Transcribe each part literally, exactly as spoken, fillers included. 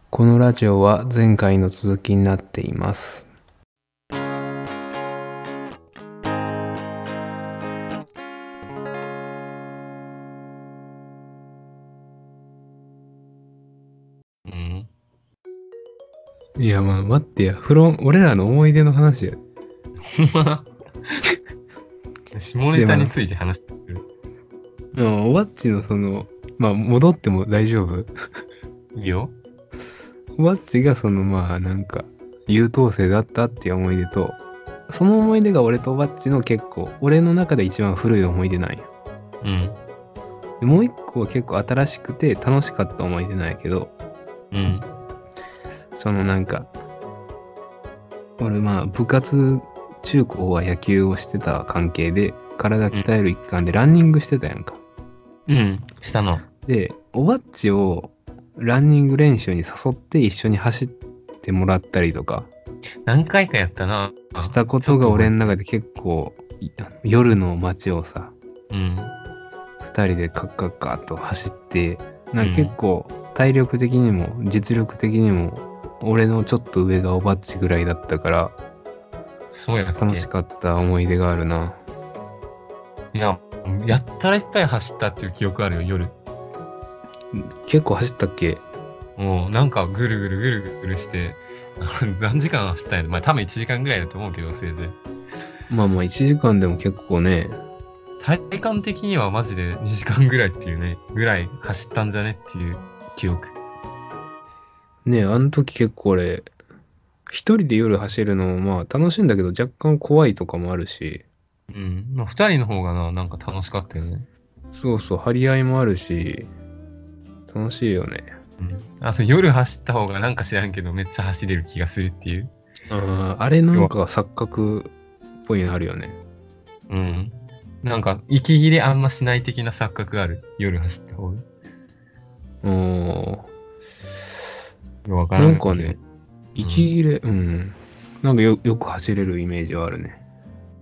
このラジオは前回の続きになっています。 うん。 いやまあ待ってや、フロン俺らの思い出の話や。 ほんま下ネタについて話する。 うん、おばっちのその、まあ戻っても大丈夫？ いいよ。 おばっちがそのまあなんか優等生だったっていう思い出と、その思い出が俺とおばっちの結構俺の中で一番古い思い出なんや。 うん。 でもう一個は結構新しくて楽しかった思い出なんやけど、 うん。 そのなんか俺まあ部活中高は野球をしてた関係で体鍛える一環でランニングしてたやんか。 うん。したの。 でおばっちをランニング練習に誘って一緒に走ってもらったりとか何回かやったな。 したことが俺の中で結構夜の街をさ、 うん。 ふたりでカッカッカッと走ってなんか結構体力的にも実力的にも俺のちょっと上がおばっちぐらいだったからそうやっけ。 楽しかった思い出があるな。 いや、やったらいっぱい走ったっていう記憶あるよ、夜。 結構走ったっけ？ もうなんかぐるぐるぐるぐるして、何時間走ったんやろ。まあ多分いちじかんぐらいだと思うけど、せいぜい。 まあまあいちじかんでも結構ね。 体感的にはマジでにじかんぐらいっていうね、ぐらい走ったんじゃねっていう記憶。 ねえ、あの時結構俺、一人で夜走るのもまあ楽しいんだけど若干怖いとかもあるし、 うん。まあ二人の方がな、なんか楽しかったよね。 そうそう、張り合いもあるし、楽しいよね。 うん。あと夜走った方がなんか知らんけどめっちゃ走れる気がするっていう。 ああ、あれなんか錯覚っぽいのあるよね。 うん。なんか息切れあんましない的な錯覚ある。夜走った方が。 おー、 わからけど。 なんかね、息切れ、うん、なんかよ、よく走れるイメージはあるね。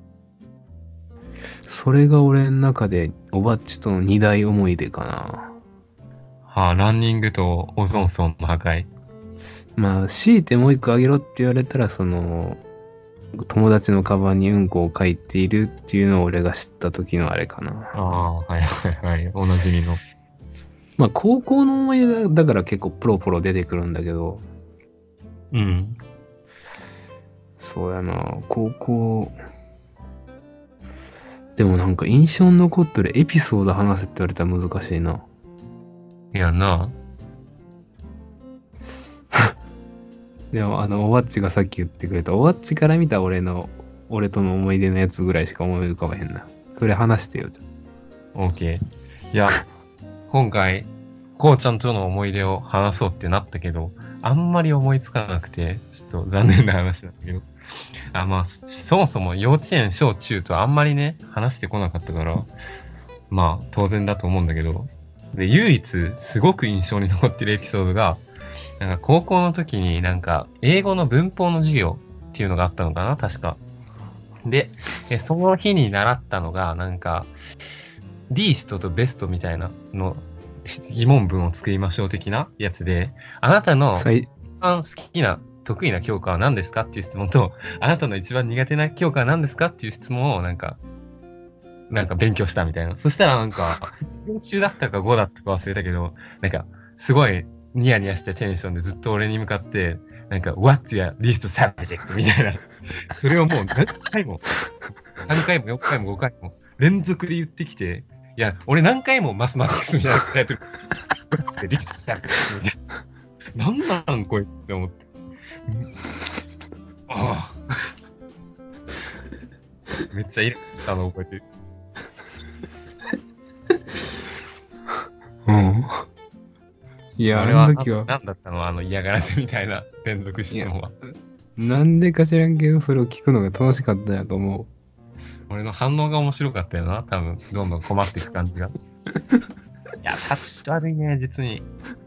それが俺の中でおばっちとの二大思い出かな。 はあ、ランニングとオゾン層の破壊。 まあ、強いてもう一個あげろって言われたら、その、友達のカバンにうんこを書いているっていうのを俺が知った時のあれかな。 ああ、はいはいはい。おなじみの。 まあ、高校の思い出だから結構ポロポロ出てくるんだけど、 うん。 そうやな、高校、でもなんか印象に残ってるエピソード話せって言われたら難しいな。 いやな。 でもあの、おばっちがさっき言ってくれた、おばっちから見た俺の、俺との思い出のやつぐらいしか思い浮かばへんな。それ話してよ。 オーケー。いや、今回、こうちゃんとの思い出を話そうってなったけど、あんまり思いつかなくて、ちょっと残念な話なんだけど。あ、まあ、そもそも幼稚園、小中とあんまりね、話してこなかったから、まあ、当然だと思うんだけど、で、唯一、すごく印象に残ってるエピソードが、なんか高校の時になんか、英語の文法の授業っていうのがあったのかな、確か。で、えその日に習ったのが、なんか、リーストとベストみたいなの、疑問文を作りましょう的なやつで、あなたの一番好きな、得意な教科は何ですかっていう質問と、あなたの一番苦手な教科は何ですかっていう質問をなんか、なんか勉強したみたいな。そしたらなんか、よん中だったかごだったか忘れたけど、なんか、すごいニヤニヤしたテンションでずっと俺に向かって、なんか、What's your least subject? みたいな。それをもう何回も、さんかいもよんかいもごかいも連続で言ってきて、いや、俺何回もマスマティクスみたいなタイトル、What's your least subject? みたいな。なんなんこれって思って。ああ。めっちゃイラッとしたの覚えてる。 うん。いや、 あれは、 あの時は。 何だったのあの嫌がらせみたいな連続質問は。 なんでか知らんけど、それを聞くのが楽しかったやと思う。 俺の反応が面白かったよな、多分。どんどん困っていく感じが。いや、タッチ悪いね、実に。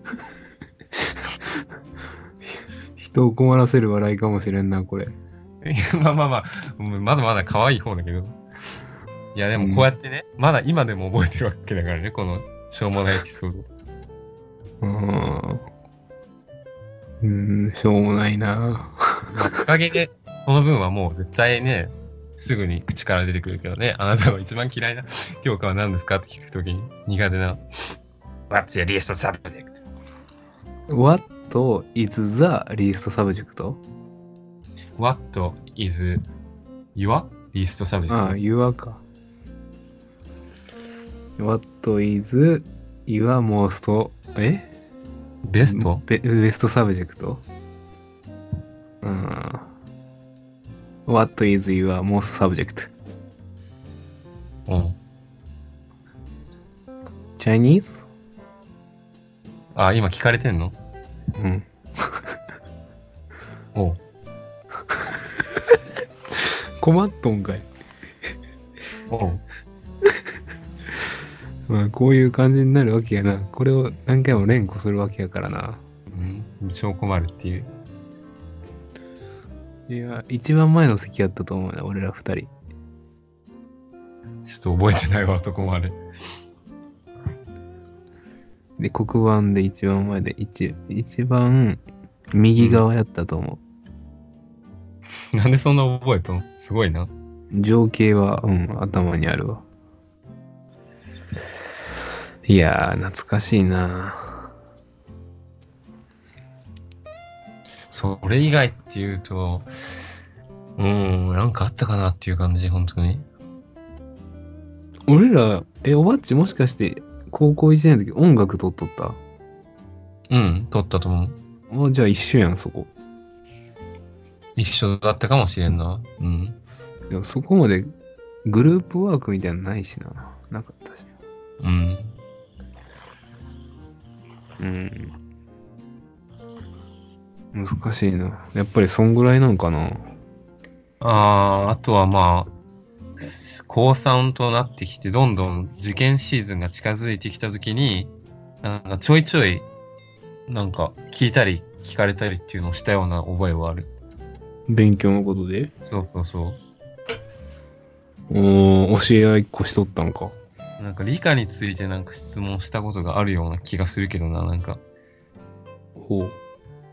人を困らせる笑いかもしれんな、これ。 まあまあまあ、まだまだ可愛い方だけど。いや、でもこうやってね、うん、まだ今でも覚えてるわけだからね、このしょうもないエピソード。 うん。 うーん、しょうもないな。 まあ、おかげで、この分はもう絶対ね、すぐに口から出てくるけどね、あなたは一番嫌いな教科は何ですかって聞くときに苦手な。What's your least subject? What is the least subject? What is your least subject? ああ、your か。What is your most, えベストベベストサブジェクト？うん。What is your most subject? うん。 Chinese? あ、今聞かれてんの？ うん。 おう。 困っとんかい。 おう。 まあ、こういう感じになるわけやな。これを何回も連呼するわけやからな。 うん。超困るっていう。 いや、一番前の席やったと思うな、俺ら二人。 ちょっと覚えてないわ、そこまで。 で、黒板で一番前で一、一番右側やったと思なんでそんな覚えたの？すごいな。 う。情景は、うん、頭にあるわ。いやー、懐かしいな。 それ以外っていうと、うーん、なんかあったかなっていう感じ、本当に。 俺ら、え、おばっちもしかして高校いちねんの時音楽撮っとった？ うん、撮ったと思う。 あ、じゃあ一緒やん、そこ。 一緒だったかもしれんな。うん。 でもそこまでグループワークみたいなのないしな。なかったしな。 うん。 うん。難しいな。やっぱりそんぐらいなんかな。 あー、あとはまあ、高さんとなってきて、どんどん受験シーズンが近づいてきたときに、なんかちょいちょい、なんか聞いたり聞かれたりっていうのをしたような覚えはある。 勉強のことで。 そうそうそおー、教え合いっこしとったんか。 う。なんか理科についてなんか質問したことがあるような気がするけどな、なんか。 ほう。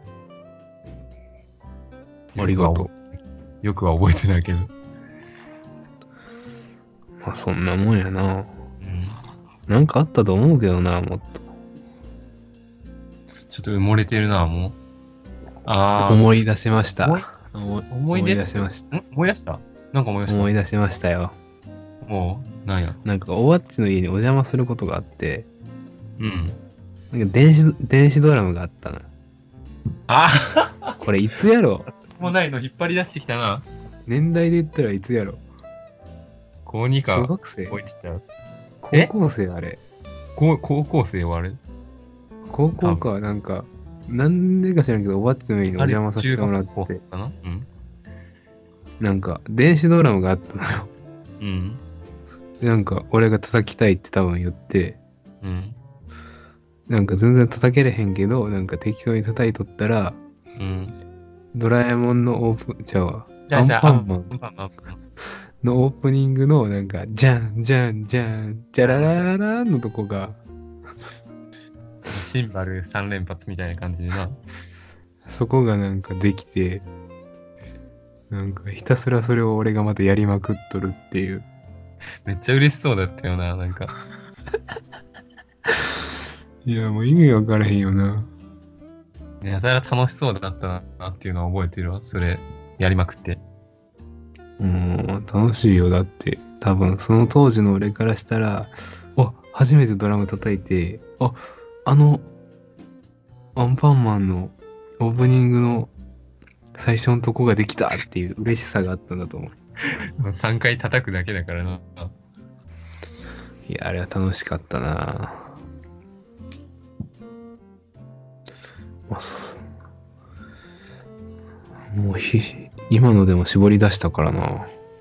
ありがとう。 よくは覚えてないけど。 まあそんなもんやな。 うん。 なんかあったと思うけどな、もっと。 ちょっと埋もれてるな、もう。あー。 思い出しました。 思い思い思い出思い出しましん思い出したなんか思い出した思い出しましたよ。 もう、なんや。 なんかおわっちの家にお邪魔することがあって、 うん。 なんか電子電子ドラムがあったの。 あこれいつやろ？ もうないの引っ張り出してきたな。 年代で言ったらいつやろ？ 高にか。 小学生？ 覚えてきた。 高校生あれ。 高高校生はあれ高校か、なんか、なんでか知らんけど、おばっちの家にお邪魔させてもらっ中学校て、 かなうん。 なんか、電子ドラムがあったのよ。 うん。 でなんか、俺が叩きたいって多分言って、 うん。 なんか全然叩けれへんけど、なんか適当に叩いとったら、 うん。 ドラえもんのオープン、ちゃうわ。 じゃあじゃあ、 アンパンマンアンパンマン。 のオープニングの、なんか、じゃん、じゃん、じゃん、じゃららららのとこが、 シンバルさん連発みたいな感じでな。 そこがなんかできて、なんかひたすらそれを俺がまたやりまくっとるっていう。 めっちゃ嬉しそうだったよな、なんか。 いや、もう意味わからへんよな。 やたら楽しそうだったなっていうのは覚えてるわ。それ、やりまくって。 うん、楽しいよ。だって、多分その当時の俺からしたら、あ、初めてドラム叩いて、あ、あの、アンパンマンのオープニングの最初のとこができたっていう嬉しさがあったんだと思う。 さんかい叩くだけだからな。 いや、あれは楽しかったな。まあ、そうもうひ、今のでも絞り出したからな。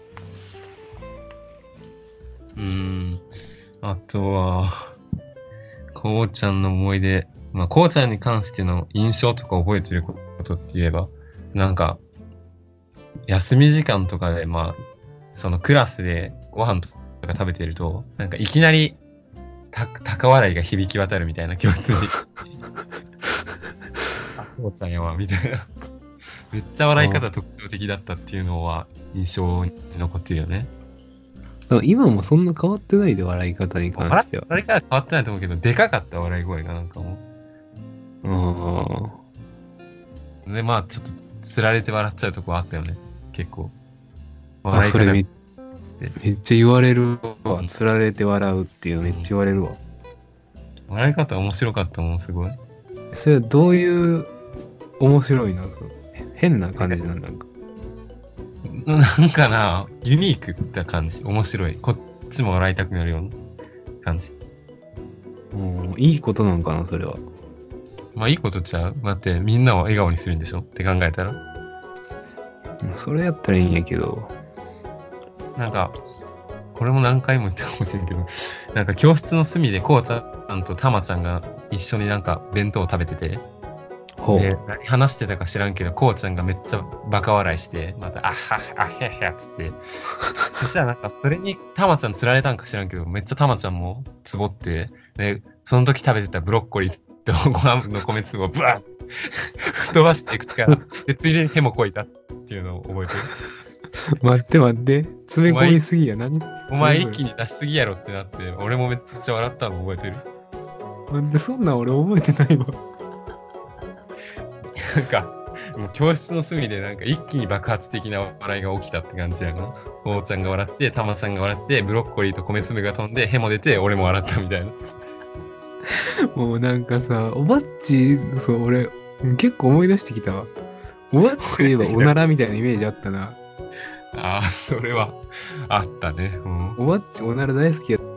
うーん。あとは、こうちゃんの思い出。まあ、こうちゃんに関しての印象とか覚えてることって言えば、なんか、休み時間とかで、まあ、そのクラスでご飯とか食べてると、なんかいきなりた高笑いが響き渡るみたいな共通であっこうちゃんやわ、みたいな。めっちゃ笑い方特徴的だったっていうのは印象に残ってるよね。 今もそんな変わってないで、笑い方に関しては。 笑い方変わってないと思うけど、でかかった笑い声がなんかもあう。で、まあ、ちょっと、つられて笑っちゃうとこあったよね。結構。 あ。あ、 笑い方それめめっちゃ言われるわ。つられて笑うっていうのめっちゃ言われるわ。 笑い方面白かったもん、すごい。 それはどういう面白いの？変な感じなんなんか。 なんかな、ユニークって感じ。面白い。こっちも笑いたくなるような感じ。 うん、いいことなんかな、それは。 まあいいことちゃう。だってみんなを笑顔にするんでしょって考えたら。 それやったらいいんやけど。 なんか、これも何回も言ったかもしれんけど、なんか教室の隅でこうちゃんとたまちゃんが一緒になんか弁当を食べてて、 ほう。 で、何話してたか知らんけど、こうちゃんがめっちゃバカ笑いして、また、あっはっあっへっへっつって、そしたらなんか、それにたまちゃん釣られたんか知らんけど、めっちゃたまちゃんもつぼって、で、その時食べてたブロッコリーとご飯の米粒をブワッ吹っ飛ばしていくから、で、ついでに手もこいたっていうのを覚えてる。 待って待って。詰め込みすぎや。何お前一気に出しすぎやろってなって、俺もめっちゃ笑ったの覚えてる。 なんでそんなん俺覚えてないわ。 なんか、もう教室の隅でなんか一気に爆発的な笑いが起きたって感じやな。こうちゃんが笑って、たまちゃんが笑って、ブロッコリーと米粒が飛んで、へも出て、俺も笑ったみたいな。 もうなんかさ、おばっち、そう、俺、結構思い出してきたわ。おばっちといえばおならみたいなイメージあったな。 ああ、それはあったね。うん。 おばっちおなら大好きやった。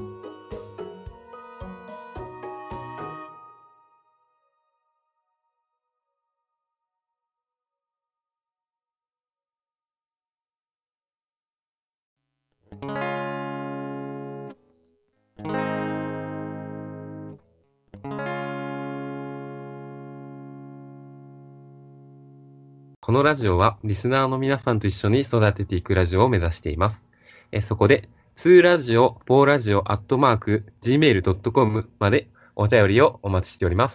このラジオはリスナーの皆さんと一緒に育てていくラジオを目指しています。えそこで、ツーラジオ、フォーラジオ、アットマーク、ジーメールドットコム までお便りをお待ちしております。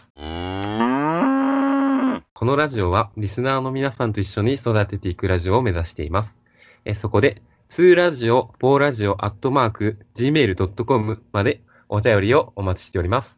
このラジオはリスナーの皆さんと一緒に育てていくラジオを目指しています。えそこで、ツーラジオ、フォーラジオ、アットマーク、ジーメールドットコム までお便りをお待ちしております。